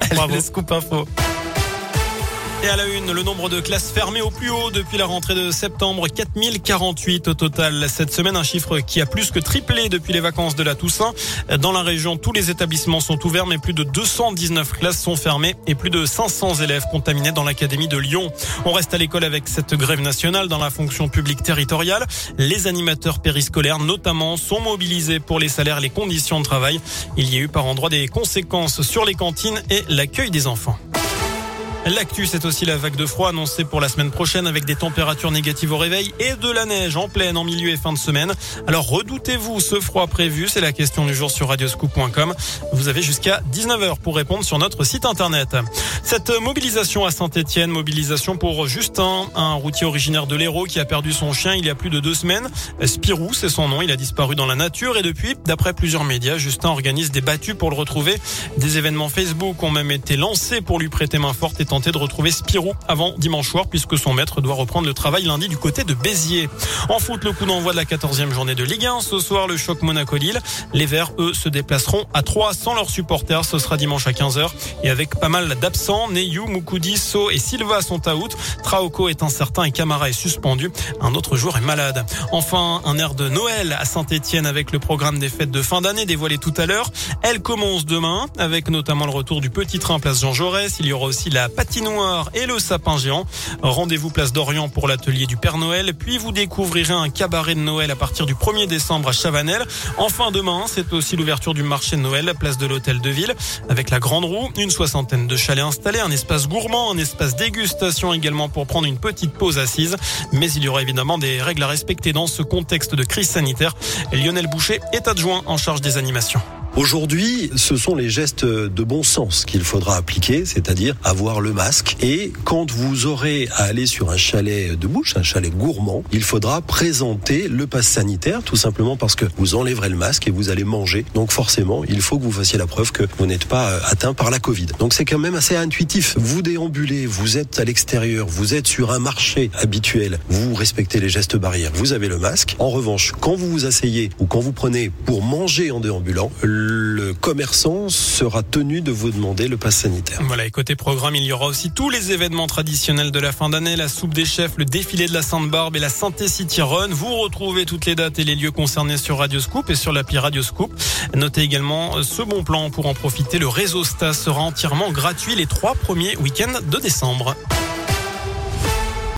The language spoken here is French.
Bravo. Les Scoop Info. Et à la une, le nombre de classes fermées au plus haut depuis la rentrée de septembre, 4048 au total. Cette semaine, un chiffre qui a plus que triplé depuis les vacances de la Toussaint. Dans la région, tous les établissements sont ouverts, mais plus de 219 classes sont fermées et plus de 500 élèves contaminés dans l'académie de Lyon. On reste à l'école avec cette grève nationale dans la fonction publique territoriale. Les animateurs périscolaires, notamment, sont mobilisés pour les salaires et les conditions de travail. Il y a eu par endroits des conséquences sur les cantines et l'accueil des enfants. L'actu, c'est aussi la vague de froid annoncée pour la semaine prochaine avec des températures négatives au réveil et de la neige en pleine en milieu et fin de semaine. Alors redoutez-vous ce froid prévu? C'est la question du jour sur radioscoop.com. Vous avez jusqu'à 19h pour répondre sur notre site internet. Cette mobilisation à Saint-Etienne, mobilisation pour Justin, un routier originaire de l'Hérault qui a perdu son chien il y a plus de 2 semaines. Spirou, c'est son nom, il a disparu dans la nature et depuis, d'après plusieurs médias, Justin organise des battues pour le retrouver. Des événements Facebook ont même été lancés pour lui prêter main forte et tenter de retrouver Spirou avant dimanche soir puisque son maître doit reprendre le travail lundi du côté de Béziers. En foot, le coup d'envoi de la 14e journée de Ligue 1. Ce soir, le choc Monaco-Lille. Les Verts, eux, se déplaceront à 3 sans leurs supporters. Ce sera dimanche à 15h et avec pas mal d'absents. Neyou, Moukoudi, So et Silva sont out. Traoko est incertain et Camara est suspendu. Un autre joueur est malade. Enfin, un air de Noël à Saint-Etienne avec le programme des fêtes de fin d'année dévoilé tout à l'heure. Elle commence demain avec notamment le retour du petit train place Jean Jaurès. Il y aura aussi la patinoire et le sapin géant. Rendez-vous place d'Orient pour l'atelier du Père Noël. Puis vous découvrirez un cabaret de Noël à partir du 1er décembre à Chavanel. Enfin demain, c'est aussi l'ouverture du marché de Noël, place de l'Hôtel de Ville, avec la Grande Roue, une 60aine de chalets installés, un espace gourmand, un espace dégustation également pour prendre une petite pause assise. Mais il y aura évidemment des règles à respecter dans ce contexte de crise sanitaire. Lionel Boucher est adjoint en charge des animations. Aujourd'hui, ce sont les gestes de bon sens qu'il faudra appliquer, c'est-à-dire avoir le masque. Et quand vous aurez à aller sur un chalet de bouche, un chalet gourmand, il faudra présenter le pass sanitaire, tout simplement parce que vous enlèverez le masque et vous allez manger. Donc forcément, il faut que vous fassiez la preuve que vous n'êtes pas atteint par la Covid. Donc c'est quand même assez intuitif. Vous déambulez, vous êtes à l'extérieur, vous êtes sur un marché habituel, vous respectez les gestes barrières, vous avez le masque. En revanche, quand vous vous asseyez ou quand vous prenez pour manger en déambulant, le commerçant sera tenu de vous demander le pass sanitaire. Voilà, et côté programme, il y aura aussi tous les événements traditionnels de la fin d'année, la soupe des chefs, le défilé de la Sainte-Barbe et la Santé City Run. Vous retrouvez toutes les dates et les lieux concernés sur Radioscoop et sur l'appli Radioscoop. Notez également ce bon plan pour en profiter. Le réseau Stas sera entièrement gratuit les 3 premiers week-ends de décembre.